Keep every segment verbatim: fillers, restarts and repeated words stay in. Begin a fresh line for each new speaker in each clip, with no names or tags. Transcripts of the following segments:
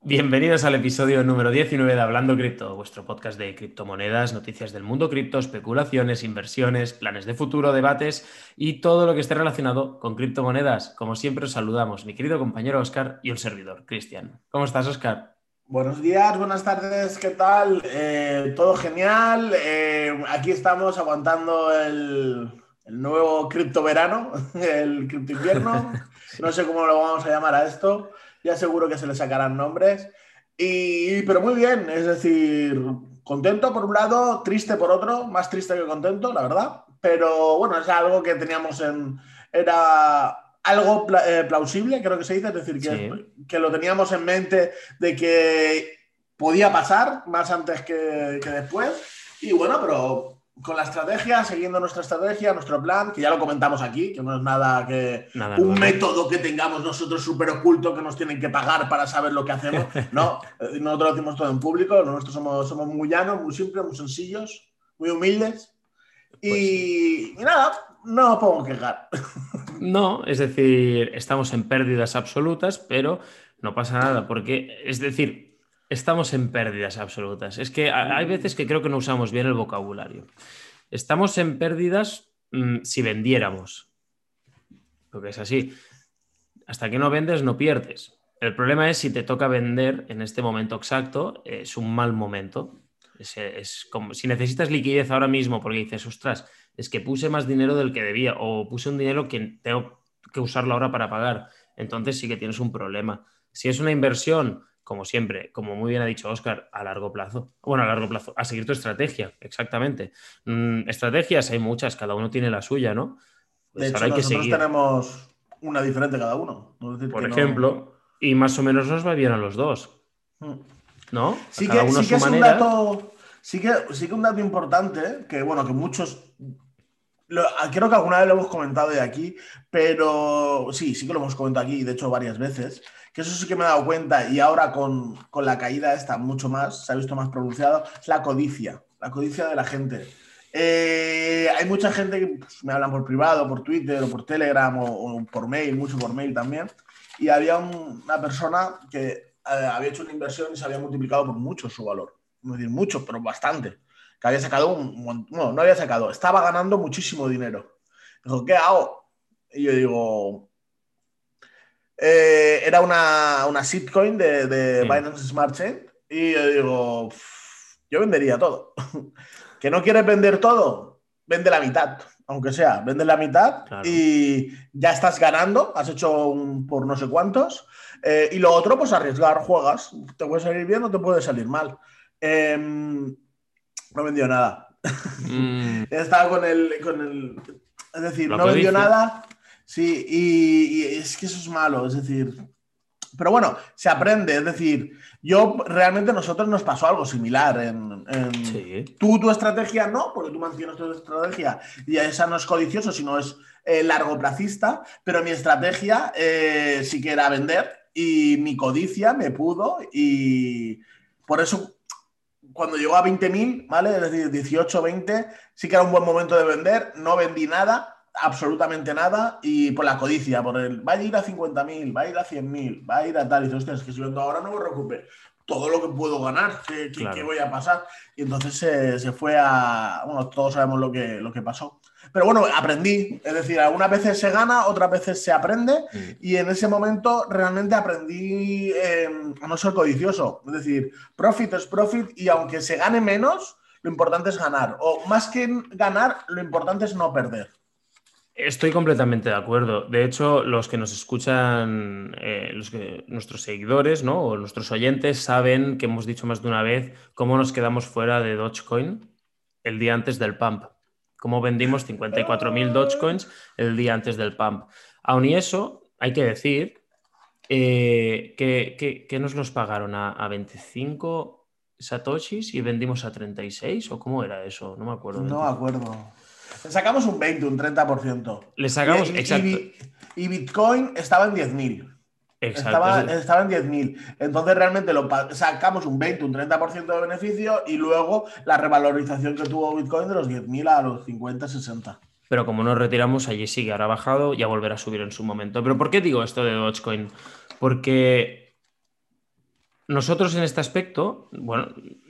Bienvenidos al episodio número diecinueve de Hablando Cripto, vuestro podcast de criptomonedas, noticias del mundo cripto, especulaciones, inversiones, planes de futuro, debates y todo lo que esté relacionado con criptomonedas. Como siempre os saludamos, mi querido compañero Oscar y un servidor, Cristian. ¿Cómo estás, Oscar?
Buenos días, buenas tardes, ¿qué tal? Eh, todo genial. Eh, aquí estamos aguantando el, el nuevo cripto verano, el cripto invierno. No sé cómo lo vamos a llamar a esto. Ya seguro que se le sacarán nombres. Y, pero muy bien, es decir, contento por un lado, triste por otro, más triste que contento, la verdad. Pero bueno, es algo que teníamos en... Era algo pla- eh, plausible, creo que se dice, es decir, que, es-
Sí.
que lo teníamos en mente de que podía pasar más antes que, que después. Y bueno, pero con la estrategia, siguiendo nuestra estrategia, nuestro plan, que ya lo comentamos aquí, que no es nada que
Nada
un
nuevo.
método que tengamos nosotros súper oculto que nos tienen que pagar para saber lo que hacemos. No, eh, nosotros lo decimos todo en público, nosotros somos, somos muy llanos, muy simples, muy sencillos, muy humildes.
Pues sí.
Y, y nada, no nos podemos quejar.
No, es decir, estamos en pérdidas absolutas, pero no pasa nada, porque, es decir, estamos en pérdidas absolutas. Es que ha- hay veces que creo que no usamos bien el vocabulario. Estamos en pérdidas, mm, si vendiéramos, porque es así. Hasta que no vendes, no pierdes. El problema es si te toca vender en este momento exacto, es un mal momento. Es, es como si necesitas liquidez ahora mismo porque dices, ostras, es que puse más dinero del que debía o puse un dinero que tengo que usarlo ahora para pagar. Entonces sí que tienes un problema. Si es una inversión, como siempre, como muy bien ha dicho Oscar, a largo plazo. Bueno, a largo plazo, a seguir tu estrategia, exactamente. Mm, estrategias hay muchas, cada uno tiene la suya, ¿no?
De
Pues ahora
hecho,
hay que
nosotros
seguir.
tenemos una diferente cada uno. Es decir,
Por
que no.
ejemplo, y más o menos nos va bien a los dos,
Mm.
¿no? A
Sí
cada
que,
uno a
sí que
su
es un
manera.
dato. Sí que, sí que un dato importante, que bueno, que muchos. Lo- creo que alguna vez lo hemos comentado de aquí, pero sí, sí que lo hemos comentado aquí, de hecho, varias veces. Que eso sí que me he dado cuenta, y ahora con, con la caída esta mucho más, se ha visto más pronunciado, es la codicia, la codicia de la gente. Eh, hay mucha gente que pues, me hablan por privado, por Twitter o por Telegram o, o por mail, mucho por mail también. Y había un- una persona que eh, había hecho una inversión y se había multiplicado por mucho su valor. No decir mucho, pero bastante. Que había sacado un montón, no, no había sacado, estaba ganando muchísimo dinero. Dijo, ¿qué hago? Y yo digo, eh, era una, una shitcoin de, de
Sí,
Binance Smart Chain. Y yo digo, yo vendería todo. ¿Que no quieres vender todo? Vende la mitad, aunque sea, vende la mitad
claro,
y ya estás ganando, has hecho un por no sé cuántos. Eh, y lo otro, pues arriesgar, juegas. Te puede salir bien o te puede salir mal. Eh, no vendió nada.
mm,
Estaba con el, con el. Es decir,
la
no vendió
codicia,
nada. Sí, y, y es que eso es malo. Es decir, pero bueno, se aprende. Es decir, yo realmente nosotros nos pasó algo similar. En, en-
sí,
tú, tu estrategia no, porque tú mantienes tu estrategia y esa no es codicioso, sino es eh, largoplacista. Pero mi estrategia eh, sí que era vender y mi codicia me pudo y por eso cuando llegó a veinte mil, ¿vale? Es decir, dieciocho, veinte, sí que era un buen momento de vender, no vendí nada, absolutamente nada, y por la codicia, por el, va a ir a cincuenta mil, va a ir a cien mil, va a ir a tal, y dices, hostia, es que si vendo ahora no me preocupe, todo lo que puedo ganar, ¿qué, qué, qué
claro.
voy a pasar? Y entonces se, se fue a, bueno, todos sabemos lo que, lo que pasó. Pero bueno, aprendí, es decir, algunas veces se gana, otras veces se aprende,
Mm.
y en ese momento realmente aprendí eh, a no ser codicioso, es decir, profit es profit y aunque se gane menos, lo importante es ganar. O más que ganar, lo importante es no perder.
Estoy completamente de acuerdo. De hecho, los que nos escuchan, eh, los que, nuestros seguidores, ¿no? O nuestros oyentes saben que hemos dicho más de una vez cómo nos quedamos fuera de Dogecoin el día antes del pump. Cómo vendimos cincuenta y cuatro mil Dogecoins el día antes del pump. Aun y eso, hay que decir eh, que, que- que nos los pagaron a, a veinticinco satoshis y vendimos a treinta y seis, ¿o cómo era eso? No me acuerdo.
No me
veinte.
acuerdo. Sacamos un veinte, un treinta por ciento.
Le
Y,
sacamos,
y,
exacto,
y, y Bitcoin estaba en diez mil.
exacto.
Estaba, estaba en diez mil. Entonces realmente lo sacamos un veinte, un treinta por ciento de beneficio y luego la revalorización que tuvo Bitcoin de los diez mil a los cincuenta, sesenta.
Pero como nos retiramos, allí sigue, ahora ha bajado, ya volverá a subir en su momento. ¿Pero por qué digo esto de Dogecoin? Porque, nosotros en este aspecto, bueno,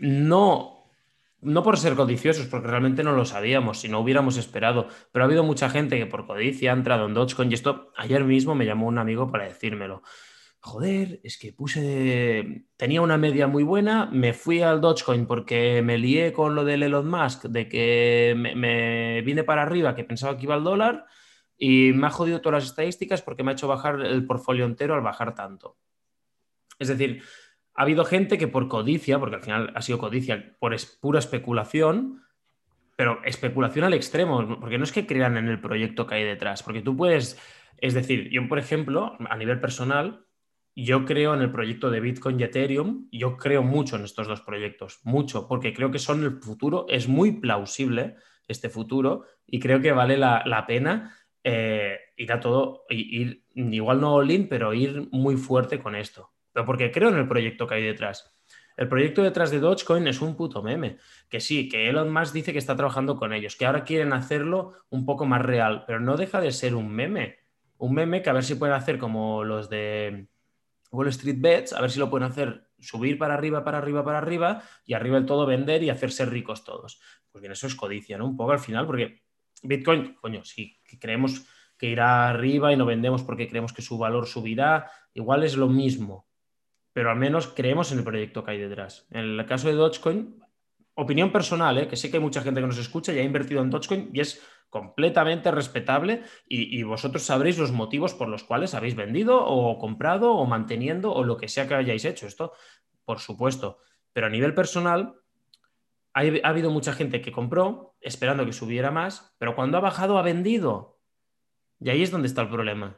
no, no por ser codiciosos, porque realmente no lo sabíamos, si no hubiéramos esperado, pero ha habido mucha gente que por codicia ha entrado en Dogecoin y esto ayer mismo me llamó un amigo para decírmelo. Joder, es que puse, tenía una media muy buena, me fui al Dogecoin porque me lié con lo del Elon Musk, de que me, me vine para arriba, que pensaba que iba al dólar, y me ha jodido todas las estadísticas porque me ha hecho bajar el portfolio entero al bajar tanto. Es decir, ha habido gente que por codicia, porque al final ha sido codicia, por es, pura especulación, pero especulación al extremo, porque no es que crean en el proyecto que hay detrás, porque tú puedes, es decir, yo por ejemplo, a nivel personal, yo creo en el proyecto de Bitcoin y Ethereum, yo creo mucho en estos dos proyectos, mucho, porque creo que son el futuro, es muy plausible este futuro y creo que vale la, la pena eh, ir a todo, ir, igual no all-in, pero ir muy fuerte con esto, pero porque creo en el proyecto que hay detrás. El proyecto detrás de Dogecoin es un puto meme. Que sí, que Elon Musk dice que está trabajando con ellos, que ahora quieren hacerlo un poco más real, pero no deja de ser un meme. Un meme que a ver si pueden hacer como los de Wall Street Bets, a ver si lo pueden hacer subir para arriba, para arriba, para arriba y arriba del todo vender y hacerse ricos todos. Pues bien, eso es codicia, ¿no? Un poco al final, porque Bitcoin, coño, sí, que creemos que irá arriba y no vendemos porque creemos que su valor subirá, igual es lo mismo, pero al menos creemos en el proyecto que hay detrás. En el caso de Dogecoin, opinión personal, ¿eh? Que sé que hay mucha gente que nos escucha y ha invertido en Dogecoin y es completamente respetable y, y vosotros sabréis los motivos por los cuales habéis vendido o comprado o manteniendo o lo que sea que hayáis hecho. Esto, por supuesto. Pero a nivel personal, ha, ha habido mucha gente que compró esperando que subiera más, pero cuando ha bajado ha vendido. Y ahí es donde está el problema.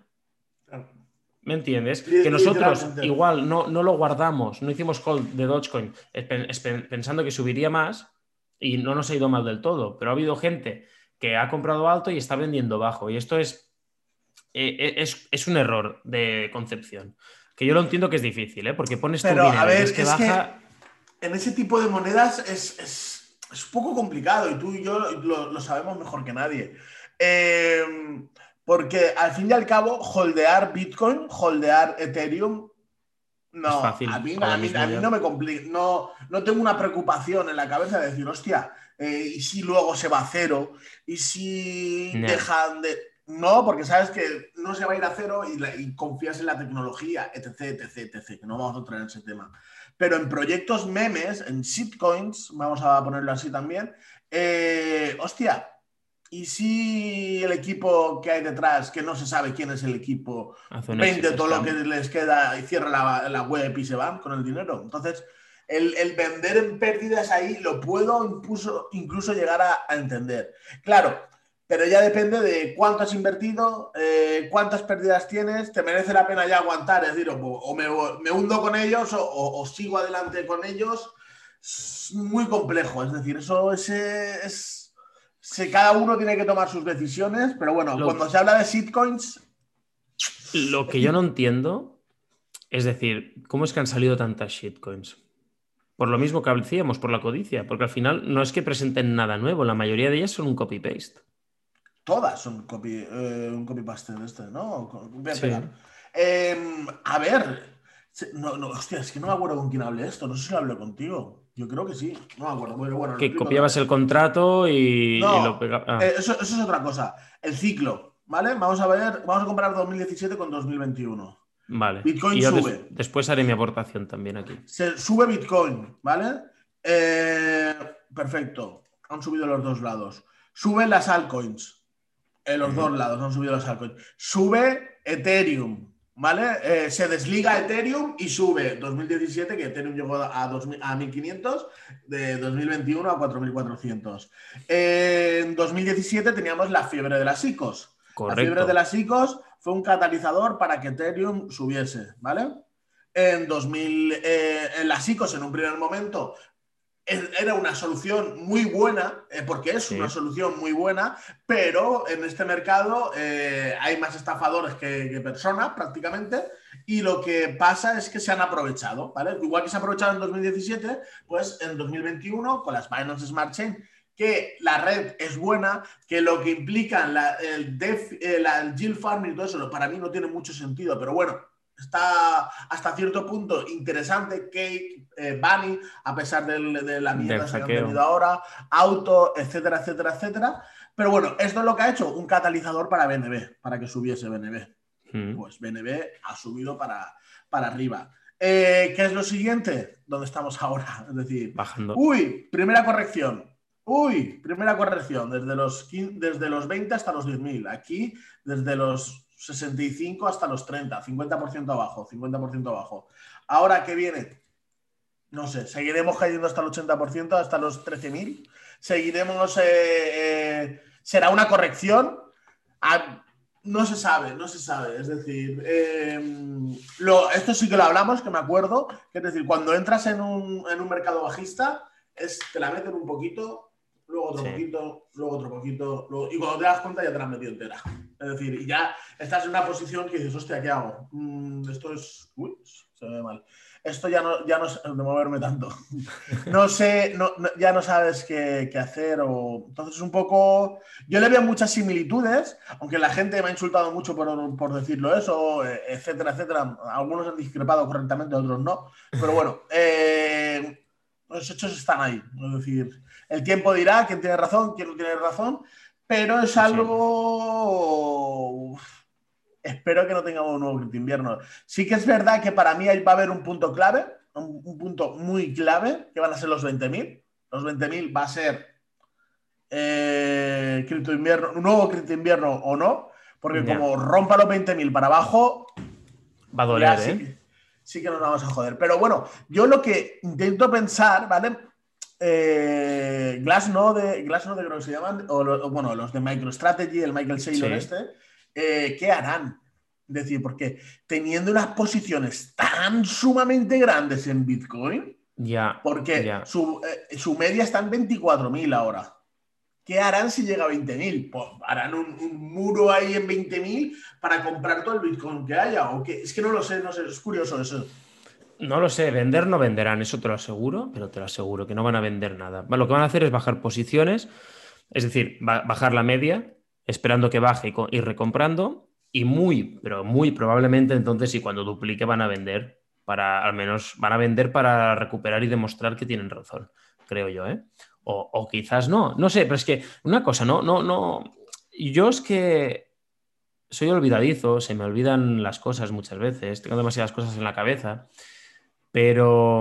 ¿Me entiendes? Que nosotros
Literalmente.
igual no, no lo guardamos, no hicimos hold de Dogecoin pensando que subiría más y no nos ha ido mal del todo, pero ha habido gente que ha comprado alto y está vendiendo bajo y esto es, eh, es, es un error de concepción, que yo lo entiendo que es difícil, ¿eh? Porque pones tu
Pero, a
dinero y ves
ver,
que
es que
baja,
en ese tipo de monedas es, es, es un poco complicado y tú y yo lo, lo sabemos mejor que nadie. Eh, Porque al fin y al cabo, holdear Bitcoin, holdear Ethereum,
es
no, a
fácil
mí,
ahora
a mí,
mismo
a mí no
ya.
me complica, no, no tengo una preocupación en la cabeza de decir, hostia, eh, ¿y si luego se va a cero? ¿Y si
Yeah.
dejan de...? No, porque sabes que no se va a ir a cero y, la- y confías en la tecnología, etc, etc, etc, que no vamos a entrar en ese tema. Pero en proyectos memes, en shitcoins, vamos a ponerlo así también, eh, hostia, ¿y si el equipo que hay detrás, que no se sabe quién es el equipo,
Hace un
vende
éxito,
todo lo
sí.
que les queda y cierra la, la web y se van con el dinero? Entonces, el, el vender en pérdidas ahí lo puedo incluso, incluso llegar a, a entender. Claro, pero ya depende de cuánto has invertido, eh, cuántas pérdidas tienes, te merece la pena ya aguantar, es decir, o, o me, me, hundo con ellos o, o, o, sigo adelante con ellos. Es muy complejo, es decir, eso es, es, es, cada uno tiene que tomar sus decisiones, pero bueno,
Lo,
cuando se habla de shitcoins,
lo que yo no entiendo es decir, ¿cómo es que han salido tantas shitcoins? Por lo mismo que decíamos, por la codicia, porque al final no es que presenten nada nuevo, la mayoría de ellas son un copy-paste.
todas son copy, eh, un copy-paste de este, ¿no? Voy a pegar.
Sí.
Eh, a ver, no, no, hostia, es que no me acuerdo con quién hablé esto, no sé si lo hablé contigo. Yo creo que sí, no me acuerdo, pero bueno, lo
Que
explico otra
copiabas
vez.
el contrato y, y lo
No,
pegabas.
eh,
Ah,
eso, eso es otra cosa. El ciclo, ¿vale? Vamos a ver, vamos a comparar dos mil diecisiete con dos mil veintiuno.
vale.
Bitcoin
Y yo des-
sube,
después haré mi aportación también aquí.
se sube Bitcoin, ¿vale? Eh, perfecto, han subido los dos lados. Suben las altcoins, en los dos
Ujú.
lados han subido las altcoins. Sube Ethereum, ¿vale? Eh, se desliga Ethereum y sube dos mil diecisiete, que Ethereum llegó a, dos mil, a mil quinientos, de dos mil veintiuno a cuatro mil cuatrocientos. Eh, en dos mil diecisiete teníamos la fiebre de las ICOs. La fiebre de
Correcto.
las ICOs fue un catalizador para que Ethereum subiese, ¿vale? En dos mil, eh, en las ICOs en un primer momento era una solución muy buena, eh, porque es una
Sí.
solución muy buena, pero en este mercado eh, hay más estafadores que, que personas prácticamente, y lo que pasa es que se han aprovechado, ¿vale? Igual que se aprovecharon en dos mil diecisiete, pues en dos mil veintiuno con las Binance Smart Chain, que la red es buena, que lo que implican la, el, def, eh, la, el yield farming y todo eso, para mí no tiene mucho sentido, pero bueno, está hasta cierto punto interesante. Cake, eh, Bunny, a pesar del, de la mierda que han tenido ahora, Auto, etcétera, etcétera, etcétera. Pero bueno, esto es lo que ha hecho un catalizador para B N B, para que subiese B N B. Mm. Pues B N B ha subido para, para arriba. Eh, ¿Qué es lo siguiente? ¿Dónde estamos ahora? Es decir,
bajando.
Uy, primera corrección. Uy, primera corrección. Desde los, quince, desde los veinte hasta los diez mil. Aquí, desde los sesenta y cinco hasta los treinta. cincuenta por ciento abajo. cincuenta por ciento abajo. Ahora, ¿qué viene? No sé, seguiremos cayendo hasta el ochenta por ciento, hasta los trece mil. Seguiremos... Eh, eh, será una corrección. A, no se sabe, no se sabe. Es decir, eh, lo, esto sí que lo hablamos, que me acuerdo. Que es decir, cuando entras en un, en un mercado bajista, es, te la meten un poquito, luego otro sí. poquito, luego otro poquito, luego, y cuando te das cuenta ya te la has metido entera. Es decir, y ya estás en una posición que dices, hostia, ¿qué hago? Mm, esto es... Uy, se ve mal. Esto ya no, ya no es de moverme tanto. No sé, no, no, ya no sabes qué, qué hacer. O... Entonces, un poco. Yo le veo muchas similitudes, aunque la gente me ha insultado mucho por, por decirlo eso, etcétera, etcétera. Algunos han discrepado correctamente, otros no. Pero bueno, eh, los hechos están ahí. Es decir, el tiempo dirá quién tiene razón, quién no tiene razón, pero es algo. Sí. Espero que no tengamos un nuevo Cripto Invierno. Sí que es verdad que para mí va a haber un punto clave, un, un punto muy clave, que van a ser los veinte mil. Los veinte mil va a ser eh, Cripto Invierno, un nuevo Cripto Invierno o no, porque yeah. como rompa los veinte mil para abajo,
va a doler,
sí,
¿eh?
Sí que nos vamos a joder. Pero bueno, yo lo que intento pensar, ¿vale? Eh, Glassnode, Glassnode creo que se llaman, o, o bueno, los de MicroStrategy, el Michael Saylor sí. este... Eh, ¿qué harán? Es decir, porque teniendo unas posiciones tan sumamente grandes en Bitcoin,
yeah,
porque
yeah.
Su, eh, su media está en veinticuatro mil ahora. ¿Qué harán si llega a veinte mil? Pues harán un, un muro ahí en veinte mil para comprar todo el Bitcoin que haya. ¿O qué? Es que no lo sé, no sé, es curioso eso.
No lo sé, vender no venderán, eso te lo aseguro, pero te lo aseguro que no van a vender nada. Lo que van a hacer es bajar posiciones, es decir, bajar la media, esperando que baje y ir recomprando, y muy, pero muy probablemente entonces sí, cuando duplique van a vender, para al menos van a vender para recuperar y demostrar que tienen razón, creo yo, ¿eh? O, o quizás no, no sé, pero es que una cosa, no, no, no, yo es que soy olvidadizo, se me olvidan las cosas muchas veces, tengo demasiadas cosas en la cabeza, pero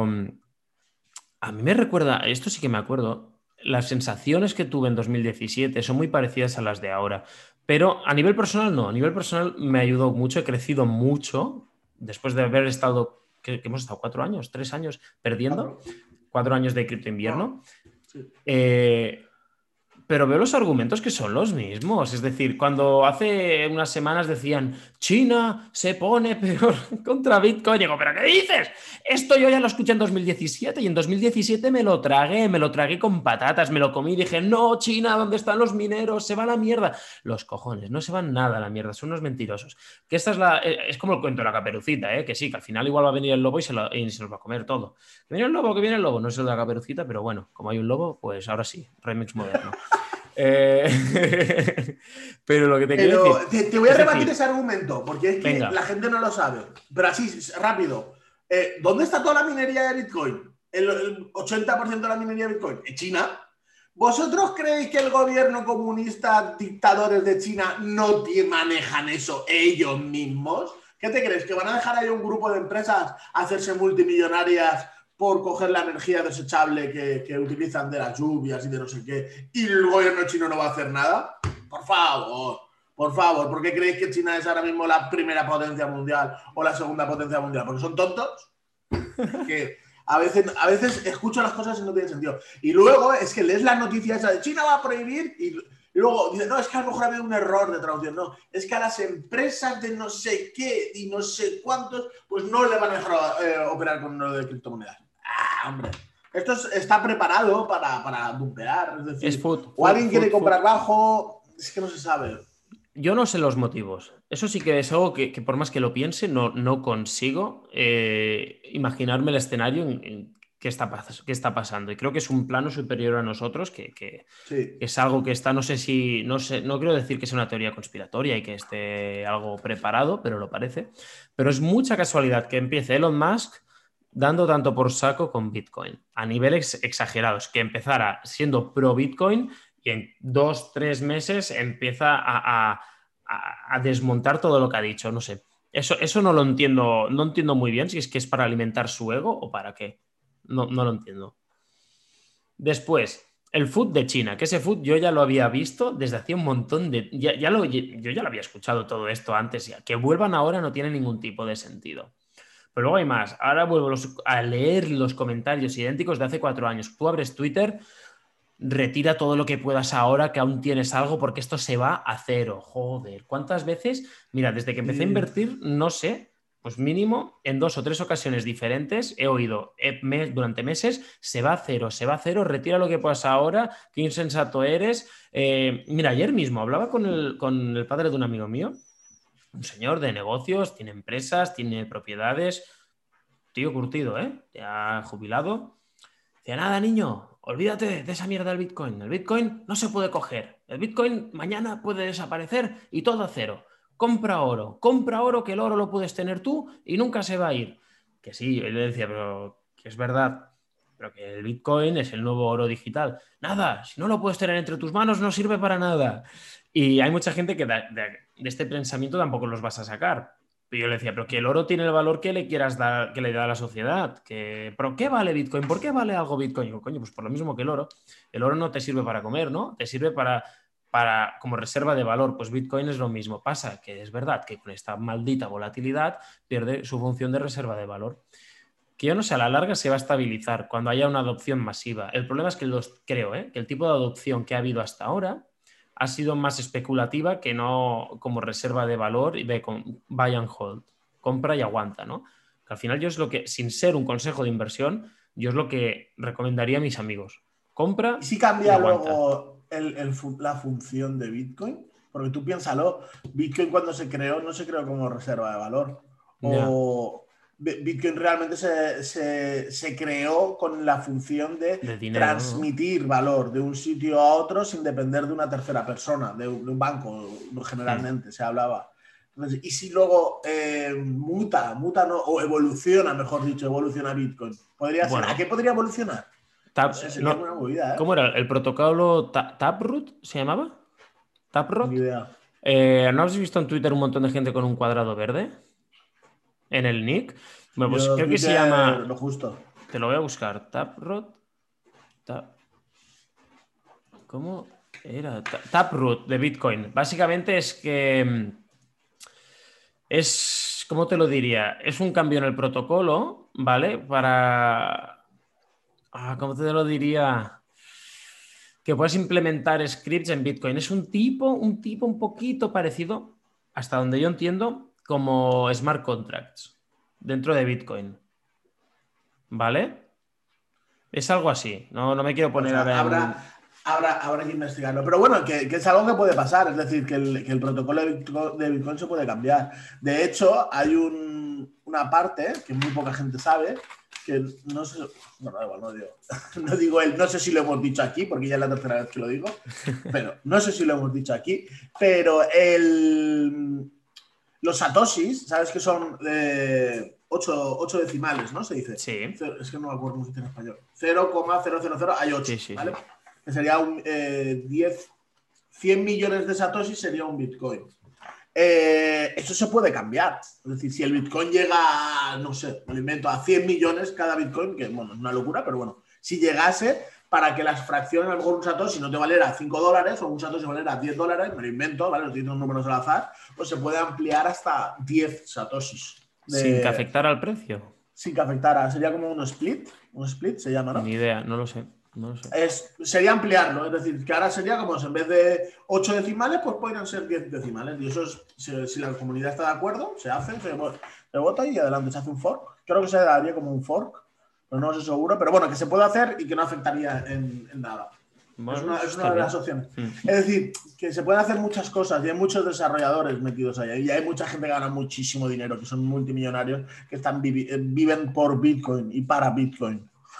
a mí me recuerda, esto sí que me acuerdo, las sensaciones que tuve en dos mil diecisiete son muy parecidas a las de ahora, pero a nivel personal no, a nivel personal me ayudó mucho, he crecido mucho después de haber estado, que, que hemos estado cuatro años, tres años perdiendo, cuatro años de cripto invierno,
sí.
eh, pero veo los argumentos que son los mismos. Es decir, cuando hace unas semanas decían China se pone peor contra Bitcoin, digo, ¿pero qué dices? Esto yo ya lo escuché en dos mil diecisiete y en dos mil diecisiete me lo tragué, me lo tragué con patatas, me lo comí y dije, no, China, ¿dónde están los mineros? Se va a la mierda. Los cojones, no se van nada a la mierda, son unos mentirosos. Que esta es la, es como el cuento de la Caperucita, ¿eh? Que sí, que al final igual va a venir el lobo y se, lo, y se los va a comer todo. Que viene el lobo, que viene el lobo, no es el de la Caperucita, pero bueno, como hay un lobo, pues ahora sí, remix moderno. Eh, pero lo que te
pero
quiero decir...
Te, te voy a rebatir decir, ese argumento, porque es que
venga.
La gente no lo sabe. Pero así, rápido. Eh, ¿Dónde está toda la minería de Bitcoin? El, el ochenta por ciento de la minería de Bitcoin. ¿En China? ¿Vosotros creéis que el gobierno comunista, dictadores de China, no manejan eso ellos mismos? ¿Qué te crees? ¿Que van a dejar ahí un grupo de empresas hacerse multimillonarias por coger la energía desechable que, que utilizan de las lluvias y de no sé qué, y el gobierno chino no va a hacer nada? Por favor, por favor, ¿por qué creéis que China es ahora mismo la primera potencia mundial o la segunda potencia mundial? ¿Porque son tontos? Que a veces, a veces escucho las cosas y no tienen sentido. Y luego es que lees la noticia esa de China va a prohibir y, y luego dicen, no, es que a lo mejor ha habido un error de traducción. No, es que a las empresas de no sé qué y no sé cuántos, pues no le van a dejar eh, operar con lo de criptomonedas. Ah, hombre. Esto es, está preparado para, para dumpear. Es decir,
es food,
o alguien
food,
quiere
food,
comprar
food.
bajo, es que no se sabe.
Yo no sé los motivos. Eso sí que es algo que, que por más que lo piense, no, no consigo eh, imaginarme el escenario en, en qué está, qué está pasando. Y creo que es un plano superior a nosotros, que, que,
Sí.
que es algo que está, no sé si, no sé, no quiero decir que sea una teoría conspiratoria y que esté algo preparado, pero lo parece. Pero es mucha casualidad que empiece Elon Musk dando tanto por saco con Bitcoin, a niveles exagerados, que empezara siendo pro Bitcoin y en dos, tres meses empieza a, a, a desmontar todo lo que ha dicho, no sé. Eso, eso no lo entiendo, no entiendo muy bien si es que es para alimentar su ego o para qué. No, no lo entiendo. Después, el food de China, que ese food yo ya lo había visto desde hacía un montón de... Ya, ya lo, yo ya lo había escuchado todo esto antes, ya. Que vuelvan ahora no tiene ningún tipo de sentido. Pero luego hay más. Ahora vuelvo los, a leer los comentarios idénticos de hace cuatro años. Tú abres Twitter, retira todo lo que puedas ahora que aún tienes algo porque esto se va a cero. Joder, ¿cuántas veces? Mira, desde que empecé a
Sí.
invertir, no sé, pues mínimo en dos o tres ocasiones diferentes he oído eh, mes, durante meses, se va a cero, se va a cero, retira lo que puedas ahora, qué insensato eres. Eh, mira, ayer mismo hablaba con el, con el padre de un amigo mío, un señor de negocios, tiene empresas, tiene propiedades, tío curtido, ¿eh? Ya jubilado. Dice, nada, niño, olvídate de esa mierda del Bitcoin. El Bitcoin no se puede coger. El Bitcoin mañana puede desaparecer y todo a cero. Compra oro, compra oro, que el oro lo puedes tener tú y nunca se va a ir. Que sí, él le decía, pero que es verdad, pero que el Bitcoin es el nuevo oro digital. Nada, si no lo puedes tener entre tus manos no sirve para nada. Y hay mucha gente que de, de, de este pensamiento tampoco los vas a sacar. Y yo le decía, pero que el oro tiene el valor que le quieras dar, que le da a la sociedad. Que, ¿pero qué vale Bitcoin? ¿Por qué vale algo Bitcoin? Y digo, coño, pues por lo mismo que el oro. El oro no te sirve para comer, ¿no? Te sirve para, para como reserva de valor. Pues Bitcoin es lo mismo. Pasa que es verdad que con esta maldita volatilidad pierde su función de reserva de valor. Que yo no sé, a la larga se va a estabilizar cuando haya una adopción masiva. El problema es que los creo, ¿eh? Que el tipo de adopción que ha habido hasta ahora ha sido más especulativa que no como reserva de valor y de buy and hold, compra y aguanta, ¿no? Que al final yo es lo que, sin ser un consejo de inversión, yo es lo que recomendaría a mis amigos.
¿Y
Compra
si
y
cambia
aguanta.
luego el, el la función de Bitcoin? Porque tú piénsalo, Bitcoin cuando se creó no se creó como reserva de valor.
Ya,
O Bitcoin realmente se, se, se creó con la función de
de dinero, ¿no?
transmitir valor de un sitio a otro sin depender de una tercera persona, de un, de un banco,
Hmm.
generalmente se hablaba. Entonces, y si luego eh, muta, muta no, o evoluciona, mejor dicho, evoluciona Bitcoin, podría ser. ¿A qué
Bueno,
podría evolucionar? No sé,
tap,
sería una
no,
movida, ¿eh?
¿cómo era? ¿El protocolo ta Taproot se llamaba?
Ni
¿Taproot?
idea.
Eh, ¿no has visto en Twitter un montón de gente con un cuadrado verde en el nick? Bueno, pues
Yo
creo que se
Twitter
llama,
lo justo.
te lo voy a buscar, Taproot, Tap, ¿cómo era? Ta- Taproot de Bitcoin. Básicamente es que mm, es, ¿cómo te lo diría? Es un cambio en el protocolo, ¿vale? Para, ah, ¿cómo te lo diría? Que puedes implementar scripts en Bitcoin. Es un tipo, un tipo un poquito parecido, hasta donde yo entiendo, como smart contracts dentro de Bitcoin, ¿vale? Es algo así. No, no me quiero
O
poner
sea,
ahora
habrá,
en...
habrá, habrá que investigarlo. Pero bueno, que, que es algo que puede pasar. Es decir, que el, que el protocolo de Bitcoin, de Bitcoin se puede cambiar. De hecho, hay un, una parte que muy poca gente sabe, que no sé, bueno, da igual, no digo, no digo él, no sé si lo hemos dicho aquí, porque ya es la tercera vez que lo digo, pero no sé si lo hemos dicho aquí, pero el, los satoshis, ¿sabes que son eh, ocho, ocho decimales, ¿no? Se dice.
Sí,
Cero, es que no me acuerdo cómo se dice en español. cero coma cero cero cero hay ocho,
sí, sí,
¿vale?
sí.
Que sería un eh, diez, cien millones de satoshis sería un bitcoin. Eh, eso se puede cambiar. Es decir, si el bitcoin llega, a, no sé, me lo invento, a cien millones cada bitcoin, que bueno, es una locura, pero bueno, si llegase, para que las fracciones, a lo mejor un satoshi no te valiera cinco dólares o un satoshi valiera diez dólares, me lo invento, ¿vale? Los diez números al azar, pues se puede ampliar hasta diez satoshis.
Sin que
De,
afectara al precio.
sin que afectara. Sería como un split. Un split se llama,
Ni
¿no?
idea, no lo sé. No lo sé.
Es, sería ampliarlo, es decir, que ahora sería como si en vez de ocho decimales, pues podrían ser diez decimales. Y eso es, si, si la comunidad está de acuerdo, se hace, se, se vota y adelante se hace un fork. Creo que se daría como un fork, pero no estoy seguro. Pero bueno, que se puede hacer y que no afectaría en, en nada. Es
Bueno,
una,
eso
es
está
una de las
bien.
opciones.
Hmm.
Es decir, que se pueden hacer muchas cosas y hay muchos desarrolladores metidos ahí. Y hay mucha gente que gana muchísimo dinero, que son multimillonarios, que están vivi viven por Bitcoin y para Bitcoin.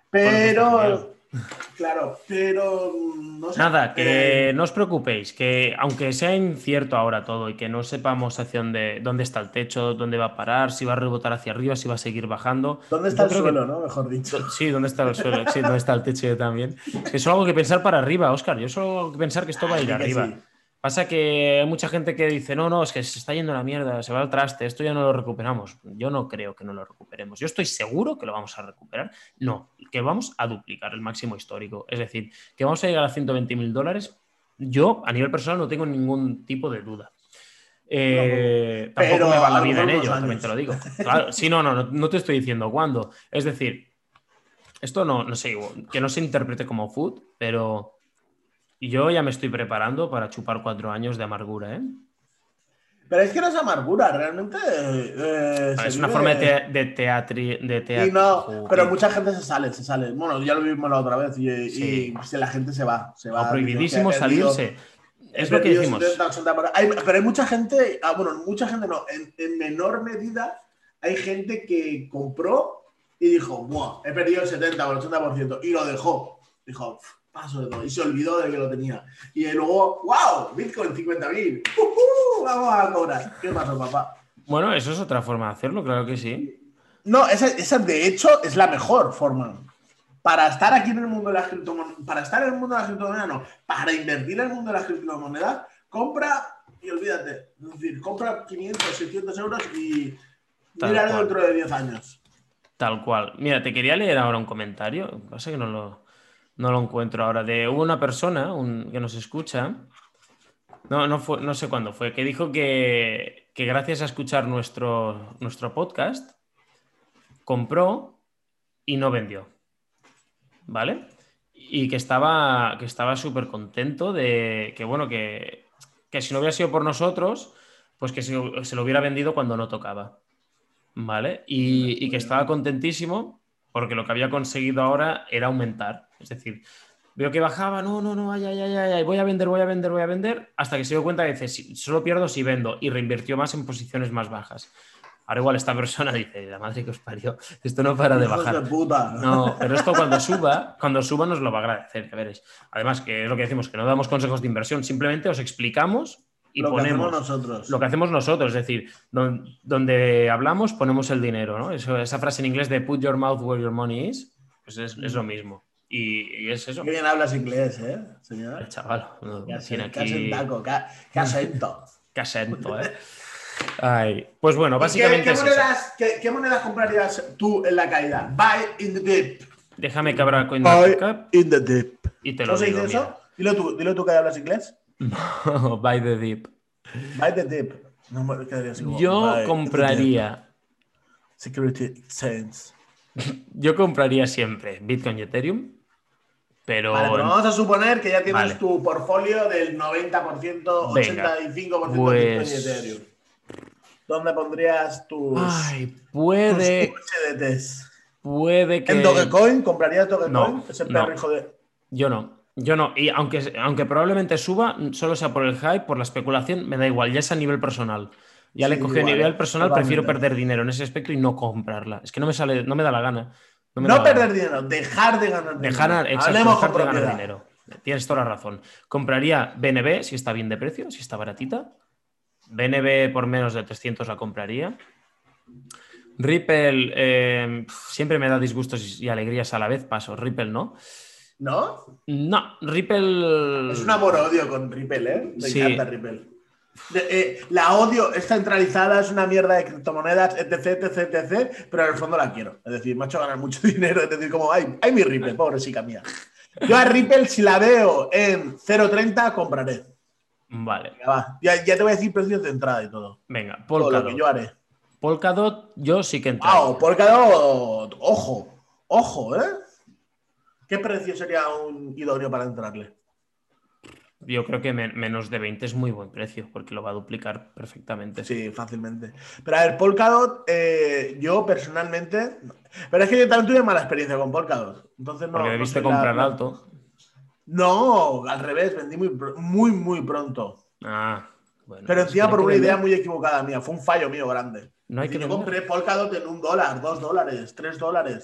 Bueno, eso está genial.
Pero, claro, pero no sé.
Nada, que
eh,
no os preocupéis, que aunque sea incierto ahora todo y que no sepamos hacia dónde, dónde está el techo, dónde va a parar, si va a rebotar hacia arriba, si va a seguir bajando,
¿Dónde está
yo
el
creo
suelo,
que
no? Mejor dicho.
do- sí, ¿dónde está el suelo? Sí, ¿dónde está el techo yo también? Que solo hago que pensar para arriba, Óscar, yo solo hago que pensar que esto va
Ah,
a ir
di que sí.
arriba. Pasa que hay mucha gente que dice, no, no, es que se está yendo a la mierda, se va al traste, esto ya no lo recuperamos. Yo no creo que no lo recuperemos. Yo estoy seguro que lo vamos a recuperar. No, que vamos a duplicar el máximo histórico. Es decir, que vamos a llegar a ciento veinte mil dólares. Yo, a nivel personal, no tengo ningún tipo de duda.
Yo tampoco.
Eh, tampoco
Pero
me va
a
la
lo
vida
mejor
en
unos
ello, también te lo
años.
digo. Claro, sí, no, no, no, no te estoy diciendo cuándo. Es decir, esto no, no sé, que no se interprete como food, pero yo ya me estoy preparando para chupar cuatro años de amargura, ¿eh?
Pero es que no es amargura, realmente eh, se
Es una forma de,
vive.
te- de teatri, de
Sí,
teatro.
no,
Ojo,
pero
que-
mucha gente se sale, se sale. Bueno, ya lo vimos la otra vez y, y,
Sí.
pues, la gente se va, se
No,
va, dice, hostia, he
prohibidísimo
perdido,
salirse.
he
Es lo que
perdido setenta,
decimos.
ochenta por- hay- pero hay mucha gente, ah, bueno, mucha gente no, en, en menor medida hay gente que compró y dijo, buah, he perdido el setenta o el ochenta por ciento y lo dejó. Dijo, "Pf, paso de todo", y se olvidó de que lo tenía. Y luego, wow, Bitcoin cincuenta mil, uh, vamos a cobrar. ¿Qué pasó, papá?
Bueno, eso es otra forma de hacerlo, claro que sí.
No, esa, esa de hecho es la mejor forma. Para estar aquí en el mundo de las criptomonedas, para estar en el mundo de las criptomonedas, no, para invertir en el mundo de las criptomonedas, compra y olvídate. Es decir, compra quinientos, seiscientos euros y
Tal
mira
cual.
dentro de diez años.
Tal cual. Mira, te quería leer ahora un comentario. Lo que pasa es que no lo, no lo encuentro ahora. De hubo una persona un- que nos escucha. No, no, fue, no sé cuándo fue, que dijo que, que gracias a escuchar nuestro, nuestro podcast, compró y no vendió. ¿Vale? Y que estaba, que estaba súper contento de que, bueno, que, que si no hubiera sido por nosotros, pues que se, se lo hubiera vendido cuando no tocaba. ¿Vale?
Mira,
Y, y que
muy
estaba
bien.
contentísimo porque lo que había conseguido ahora era aumentar. Es decir, veo que bajaba, no, no, no, ay, ay, ay, ay, ay, voy a vender, voy a vender, voy a vender, hasta que se dio cuenta que dice, "Sí, solo pierdo si vendo", y reinvirtió más en posiciones más bajas. Ahora igual esta persona dice, la madre que os parió, esto no para de
Hijos de
bajar.
puta.
No, pero esto cuando suba, cuando suba nos lo va a agradecer, ya veréis. Además, que es lo que decimos, que no damos consejos de inversión, simplemente os explicamos y
Lo que hacemos
ponemos lo
nosotros.
que hacemos nosotros, es decir, don- donde hablamos ponemos el dinero, ¿no? Eso, esa frase en inglés de put your mouth where your money is, pues es, es lo
Mm.
mismo. Y, y es
Qué
eso.
bien hablas inglés, ¿eh,
El
señor?
chaval
Qué,
no, tiene
asen- qué acentaco,
aquí
qué, qué acento.
qué acento, ¿eh? Ay, pues bueno,
¿Y qué,
básicamente
qué
es eso.
monedas, qué, qué monedas comprarías tú en la caída? Buy in the dip.
Déjame que abra
Buy
CoinMarketCap
in the dip.
y te
¿Cómo
lo
se
digo,
dice
mira.
eso? Dilo tú, dilo tú que hablas inglés.
Buy the dip.
Buy the dip. No me quedaría así como
Yo
buy in the dip.
compraría,
Security Exchange.
yo compraría siempre Bitcoin y Ethereum,
Vale,
pero
pero
en-
vamos a suponer que ya tienes
vale,
tu portfolio del noventa por ciento,
venga,
ochenta y cinco por ciento Bitcoin y Ethereum.
pues,
¿Dónde pondrías tus,
ay,
tus
puede,
U S D Ts?
puede
¿En
que,
Dogecoin? ¿Comprarías
no,
Dogecoin? Ese perro
no,
hijo de.
yo no, yo no, y aunque, aunque probablemente suba, solo sea por el hype, por la especulación, me da igual, ya es a nivel personal. Ya
Sí,
le he cogido a
igual,
nivel
¿eh?
personal, prefiero
Totalmente.
perder dinero en ese aspecto y no comprarla. Es que no me sale, no me da la gana, no me da
No
la gana.
perder dinero, dejar de ganar dinero.
Dejar, exacto,
Hablemos con
dejar de ganar
propiedad.
dinero. Tienes toda la razón. Compraría B N B si está bien de precio, si está baratita. B N B por menos de trescientos la compraría. Ripple eh, siempre me da disgustos y alegrías a la vez. Paso. Ripple no.
¿No?
No,
Es un
Ripple.
amor-odio con Ripple, ¿eh? Me encanta
Sí.
Ripple. De- eh, la odio, es centralizada, es una mierda de criptomonedas, etc, etc, etc, pero en el fondo la quiero. Es decir, me ha hecho ganar mucho dinero. Es decir, como, ay, ay mi Ripple, pobrecita mía. Yo a Ripple, si la veo en cero coma treinta, compraré.
Vale.
Venga, va. Ya, ya te voy a decir precios de entrada y todo.
Venga,
Todo lo que yo
Polkadot.
haré.
Polkadot yo sí que
¡Wow!
entraría.
Polkadot. Ojo, ojo, ¿eh? ¿Qué precio sería un idóneo para entrarle?
Yo creo que men- menos de veinte es muy buen precio porque lo va a duplicar perfectamente.
Sí, fácilmente. Pero a ver, Polkadot, eh, yo personalmente. Pero es que yo también tuve mala experiencia con Polkadot. Entonces
Porque
no, no
debiste
soy la,
comprar
la-
alto.
No, al revés, vendí muy, pr- muy, muy pronto.
Ah, bueno,
Pero
pues es que
encima
no hay
por
que
una idea
vender.
muy equivocada mía. Fue un fallo mío grande.
No
Es
hay que
decir, yo
vender.
compré Polkadot en un dólar, dos dólares, tres dólares.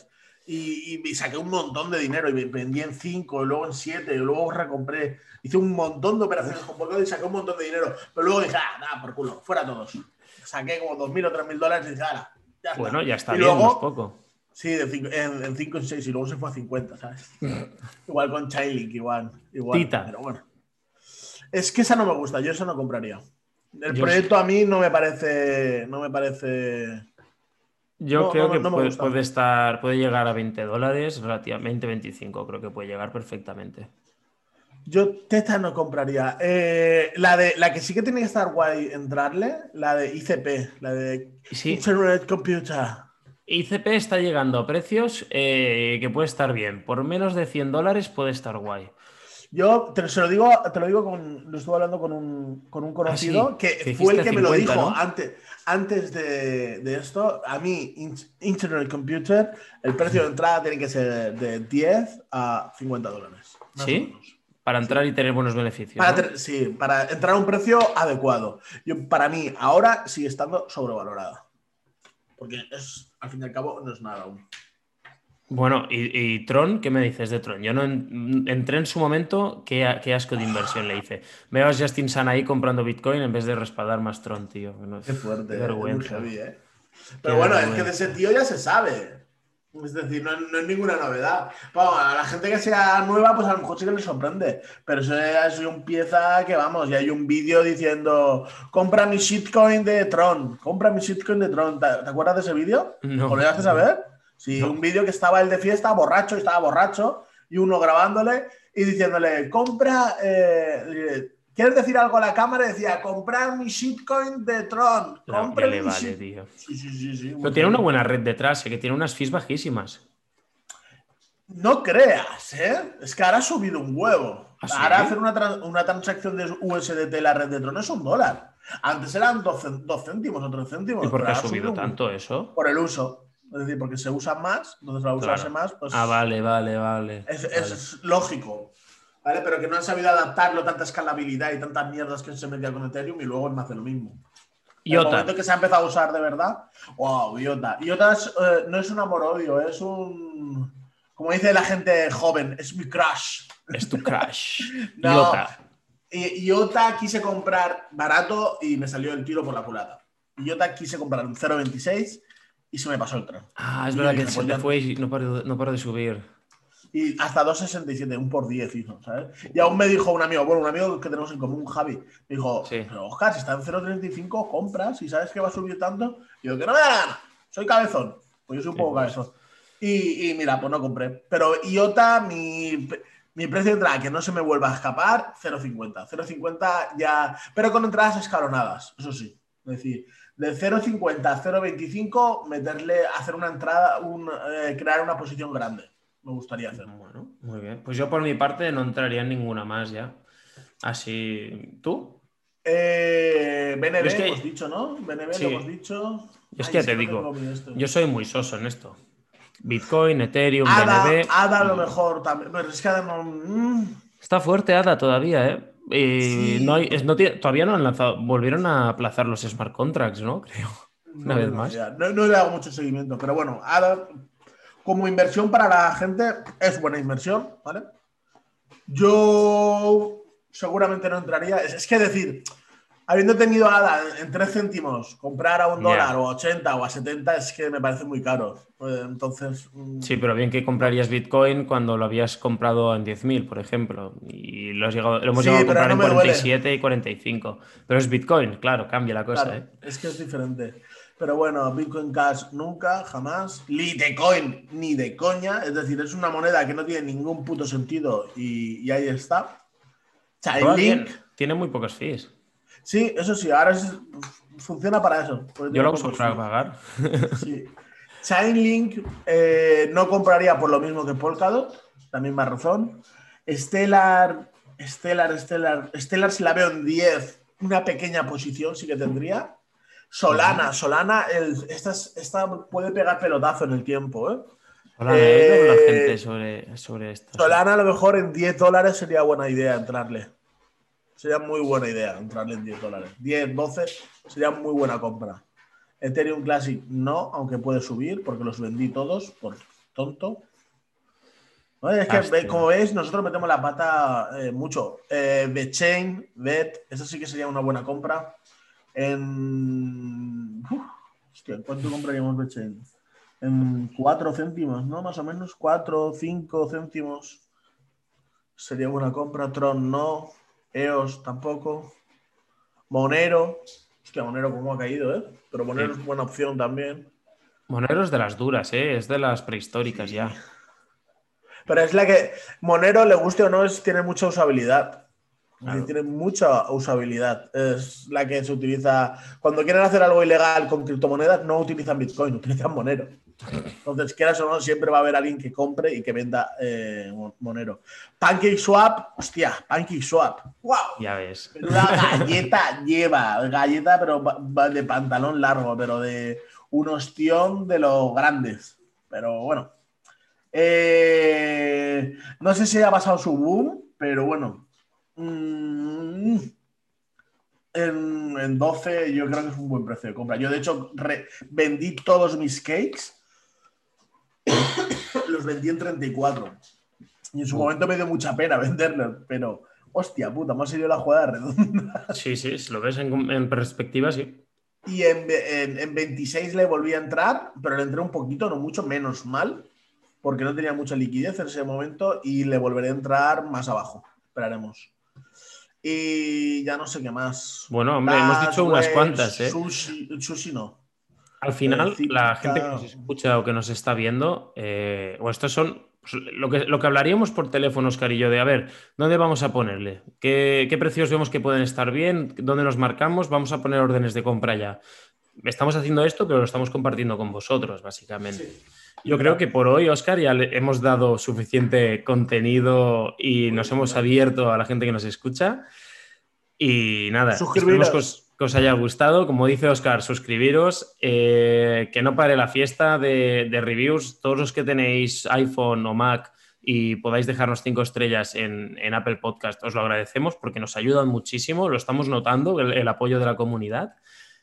y, y saqué un montón de dinero y vendí en cinco, y luego en siete, y luego recompré. Hice un montón de operaciones con Polkadot y saqué un montón de dinero. Pero luego dije, ah, nada, por culo, fuera todos. Saqué como dos mil o tres mil dólares y dije, ah, ya está.
Bueno, ya está
Y
bien, no es
luego,
poco.
sí, de cinco, en, en cinco en seis y luego se fue a cincuenta, ¿sabes? Igual con Chainlink, igual, igual.
Tita.
Pero bueno. Es que esa no me gusta, yo esa no compraría. El
Yo,
proyecto a mí no me parece. No me parece.
yo
No,
creo
no,
que
no me
puede,
gusta.
puede estar, puede llegar a veinte dólares, relativamente veinticinco, creo que puede llegar perfectamente.
Yo Teta no compraría. Eh, la, de, la que sí que tiene que estar guay entrarle, la de I C P, la de
Sí,
Internet Computer.
I C P está llegando a precios eh, que puede estar bien. Por menos de cien dólares puede estar guay.
Yo te, se lo digo, te lo digo con. Lo estuve hablando con un, con un
Ah,
conocido
sí,
que
que
fue el
hiciste
que me lo
cincuenta,
dijo
¿no?
antes, antes de, de esto. A mí, in- Internet Computer, el precio de entrada tiene que ser de diez a cincuenta dólares, más o
¿Sí?
menos.
Para entrar
Sí.
y tener buenos beneficios,
Para,
¿no?
ter- sí, para entrar a un precio adecuado. Yo, para mí, ahora sigue estando sobrevalorada. Porque es, al fin y al cabo, no es nada aún.
Bueno, y, y Tron, ¿qué me dices de Tron? Yo no en- entré en su momento, qué, a- qué asco de inversión le hice. Veo a Justin Sun ahí comprando Bitcoin en vez de respaldar más Tron, tío. No,
Qué
qué
fuerte, es muy
vergüenza,
heavy, ¿eh?
qué
Pero bueno, es que de ese
vergüenza.
tío ya se sabe. Es decir, no, no es ninguna novedad. Vamos, a la gente que sea nueva, pues a lo mejor sí que le sorprende. Pero eso es un pieza que, vamos, y hay un vídeo diciendo, compra mi shitcoin de Tron, compra mi shitcoin de Tron. ¿Te, te acuerdas de ese vídeo? ¿O lo
No,
llegaste a ver? Sí, un
no.
vídeo que estaba él de fiesta, borracho, estaba borracho, y uno grabándole y diciéndole, compra, eh, ¿quieres decir algo a la cámara? Y decía, comprar mi shitcoin de Tron,
No, ¿qué
compre
le
mi
vale,
shit.
tío?
Sí, sí, sí, sí,
Pero
muy
tiene una
heavy.
buena red detrás, eh, que tiene unas fees bajísimas.
No creas, ¿eh? Es que ahora ha subido un huevo.
¿Ah,
Ahora hacer
sí?
una, tra- una transacción de U S D T en la red de Tron es un dólar. Antes eran dos, cen- dos céntimos o tres
¿Y
céntimos,
por
pero
qué ha
ahora ha subido
subido
un...
tanto eso?
por el uso. Es decir, porque se usa más, entonces al usarse
Claro.
más,
Ah,
pues
vale, vale, vale.
es,
Vale.
es lógico. ¿Vale? Pero que no han sabido adaptarlo, tanta escalabilidad y tantas mierdas que se metía con Ethereum y luego es más de lo mismo. En el
IOTA.
momento que se ha empezado a usar de verdad, wow, IOTA. IOTA es, eh, no es un amor-odio, es un. Como dice la gente joven, es mi crush.
Es tu crash.
No,
IOTA.
I- IOTA quise comprar barato y me salió el tiro por la culata. IOTA quise comprar un cero coma veintiséis y se me pasó el tren.
Ah, es
Y yo
verdad que
dije,
se
pues
te
ya.
fue y no paró, no paró de subir.
Y hasta dos coma sesenta y siete, un por diez hizo, ¿sabes? Y aún
Uh,
me dijo un amigo, bueno, un amigo que tenemos en común, Javi, me dijo,
sí.
pero Oscar, si está en cero coma treinta y cinco, compras y sabes que va a subir tanto. Y yo, que no me da la gana, soy cabezón. Pues yo soy un
Sí,
poco
pues.
cabezón. Y, y mira, pues no compré. Pero IOTA, mi, mi precio de entrada, que no se me vuelva a escapar, cero coma cincuenta. cero coma cincuenta ya, pero con entradas escalonadas, eso sí. Es decir, de cero coma cincuenta a cero coma veinticinco, meterle, hacer una entrada, un, eh, crear una posición grande. Me gustaría hacer.
Bueno, muy bien. Pues yo por mi parte no entraría en ninguna más ya. Así, ¿tú?
Eh,
Yo es
B N B hemos
que,
dicho, ¿no? B N B lo hemos
sí,
dicho.
yo es
Ay,
que ya
es
te
que no tengo
digo,
mi esto.
yo soy muy soso en esto. Bitcoin, Ethereum,
Ada,
B N B
Ada a lo
y
mejor también. Pero es que Ada no. mm,
está fuerte ADA todavía, ¿eh? Y no hay,
sí,
es- no tiene- todavía no han lanzado, volvieron a aplazar los smart contracts, ¿no? Creo, una
no
vez
tengo ni
más.
idea. No, no le hago mucho seguimiento. Pero bueno, Ada, como inversión para la gente, es buena inversión, ¿vale? Yo seguramente no entraría. Es, es que decir, habiendo tenido ADA en tres céntimos, comprar a un dólar o
Ya.
a ochenta o a setenta es que me parece muy caro. Eh, Entonces, mm,
Sí, pero bien que
no.
comprarías Bitcoin cuando lo habías comprado en diez mil, por ejemplo, y lo, has llegado- lo hemos llegado
Sí,
a
pero
comprar
no
en
me
cuarenta y
duele.
siete y cuarenta y cinco. Pero es Bitcoin, claro, cambia la cosa, ¿eh?
Claro, es que es diferente. Pero bueno, Bitcoin Cash nunca, jamás. Litecoin, ni de coña. Es decir, es una moneda que no tiene ningún puto sentido y, y ahí está.
Pero va
Chainlink,
bien, tiene muy pocos fees.
sí, eso sí, ahora es- funciona para eso, porque
Yo
tiene
lo uso
pocos
para
fees.
pagar.
Sí. Chainlink eh, no compraría por lo mismo que Polkadot, la misma razón. Stellar, Stellar, Stellar, Stellar si la veo en diez, una pequeña posición sí que tendría. Solana,
Ujú.
Solana, el, esta, es- esta puede pegar pelotazo en el tiempo. ¿eh?
Solana, he oído hablar gente
Eh,
sobre, sobre esto, sí.
Solana a lo mejor en diez dólares sería buena idea entrarle. Sería muy buena idea entrarle en diez dólares. diez, doce sería muy buena compra. Ethereum Classic no, aunque puede subir porque los vendí todos por tonto. ¿No? Es que,
Hostia.
como veis, nosotros metemos la pata eh, mucho. Eh, Betchain, Bet, eso sí que sería una buena compra. En... Uf, hostia, ¿cuánto compraríamos Betchain? En cuatro céntimos, ¿no? Más o menos, cuatro, cinco céntimos. Sería buena compra. Tron no. E O S tampoco. Monero. Hostia, Monero cómo ha caído, ¿eh? Pero Monero
Sí.
es buena opción también.
Monero es de las duras, ¿eh? Es de las prehistóricas
Sí.
ya.
Pero es la que, Monero, le guste o no, es, tiene mucha usabilidad. Es decir,
Claro.
tiene mucha usabilidad. Es la que se utiliza. Cuando quieren hacer algo ilegal con criptomonedas, no utilizan Bitcoin, utilizan Monero. Entonces, quieras o no, siempre va a haber alguien que compre y que venda eh, Monero. PancakeSwap, hostia, PancakeSwap. ¡Wow!
Ya ves.
Menuda galleta lleva. Galleta, pero de pantalón largo, pero de un ostión de los grandes. Pero bueno. Eh, no sé si ha pasado su boom, pero bueno. Mm, en, en doce yo creo que es un buen precio de compra. Yo, de hecho, re, vendí todos mis cakes. Los vendí en treinta y cuatro. Y en su
Uh.
momento me dio mucha pena venderlos, pero hostia puta, me ha salido la jugada redonda.
Sí, sí, si lo ves en, en perspectiva, sí.
Y en, en, en veintiséis le volví a entrar, pero le entré un poquito, no mucho, menos mal, porque no tenía mucha liquidez en ese momento y le volveré a entrar más abajo. Esperaremos. Y ya no sé qué más.
Bueno, hombre, hemos
Las
dicho unas
webs,
cuantas, ¿eh?
sushi, sushi no.
Al
Eh,
final, la gente que
Zipta.
nos escucha o que nos está viendo, eh, o estos son pues, lo que, lo que hablaríamos por teléfono, Oscar y yo, de a ver, ¿dónde vamos a ponerle? ¿Qué, qué precios vemos que pueden estar bien? ¿Dónde nos marcamos? Vamos a poner órdenes de compra ya. Estamos haciendo esto, pero lo estamos compartiendo con vosotros, básicamente.
Sí.
Yo creo que por hoy, Oscar, ya le hemos dado suficiente contenido y nos hemos abierto a la gente que nos escucha. Y nada, esperemos que
Suscribiros.
os, que os haya gustado. Como dice Oscar, suscribiros, eh, que no pare la fiesta de, de reviews. Todos los que tenéis iPhone o Mac y podáis dejarnos cinco estrellas en, en Apple Podcast, os lo agradecemos porque nos ayudan muchísimo, lo estamos notando, el, el apoyo de la comunidad.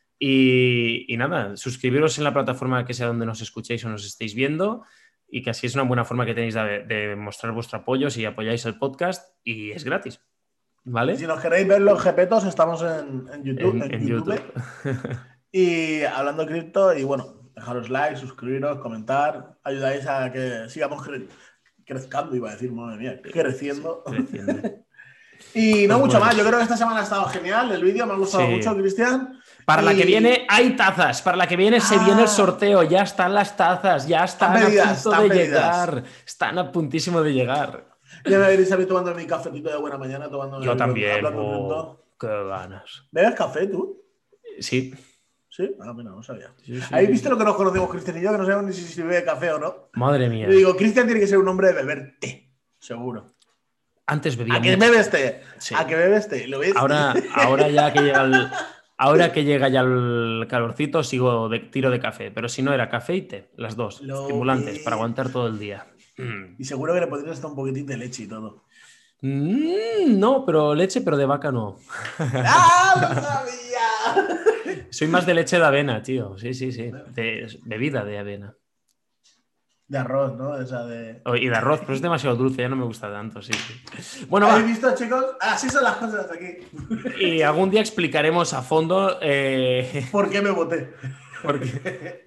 Y, y nada, suscribiros en la plataforma que sea donde nos escuchéis o nos estéis viendo y que así es una buena forma que tenéis de, de mostrar vuestro apoyo si apoyáis el podcast y es gratis. ¿Vale?
Y si nos queréis ver los jepetos, estamos en, en YouTube.
En,
En
en
YouTube.
YouTube.
Y hablando de cripto, y bueno, dejaros like, suscribiros, comentar, ayudáis a que sigamos cre crezcando, iba a decir, madre mía, creciendo.
Sí, creciendo.
Y no
Pues
mucho
bueno.
más, yo creo que esta semana ha estado genial, el vídeo me ha gustado
Sí.
mucho, Cristian.
Para
y...
la que viene hay tazas, para la que viene se
Ah.
viene el sorteo, ya están las tazas, ya están,
Están pedidas,
a punto
están
de
pedidas.
llegar, están a puntísimo de llegar.
Ya me veréis a mí tomando mi cafetito de buena mañana, tomando
Yo también,
hablando de
oh,
cripto.
qué ganas.
¿Bebes café tú?
Sí.
¿Sí? Ah, mira, no sabía.
Sí, sí.
Ahí viste lo que nos conocemos, Cristian y yo, que no sabemos ni si, si bebe café o no.
Madre mía.
Yo digo, Cristian tiene que ser un hombre de beber té, seguro.
Antes bebía
¿A qué
mucho.
bebes té?
Sí.
¿A qué bebes té? ¿Lo ves?
Ahora, ahora ya que llega el, ahora que llega ya el calorcito, sigo de tiro de café. Pero si no era café y té, las dos,
Lo
estimulantes
ves.
para aguantar todo el día.
Y seguro que le podrías hasta un poquitín de leche y todo.
Mm, no, pero leche, pero de vaca no.
¡Ah, lo sabía!
Soy más de leche de avena, tío. Sí, sí, sí. De bebida de avena.
De arroz, ¿no? Esa de...
Oh, y de arroz, pero es demasiado dulce, ya no me gusta tanto, sí, sí. Bueno,
¿Habéis
va.
visto, chicos? Así son las cosas aquí.
Y algún día explicaremos a fondo eh,
¿Por qué me voté?
porque,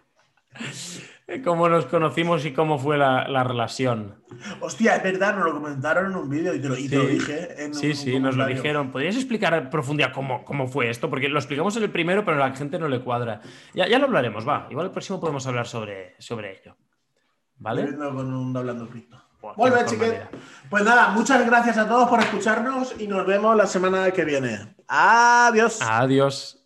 cómo nos conocimos y cómo fue la, la relación.
Hostia, es verdad, nos lo comentaron en un vídeo y te lo, y te lo
Sí.
dije. En
Sí,
un,
sí,
un
nos lo
comentario.
dijeron. ¿Podrías explicar en profundidad cómo, cómo fue esto? Porque lo explicamos en el primero, pero a la gente no le cuadra. Ya, ya lo hablaremos, va. Igual el próximo podemos hablar sobre, sobre ello. ¿Vale?
Volviendo con un hablando cripto.
Buah, qué
Muy bien,
mejor
chiquet.
manera.
Pues nada, muchas gracias a todos por escucharnos y nos vemos la semana que viene. Adiós.
Adiós.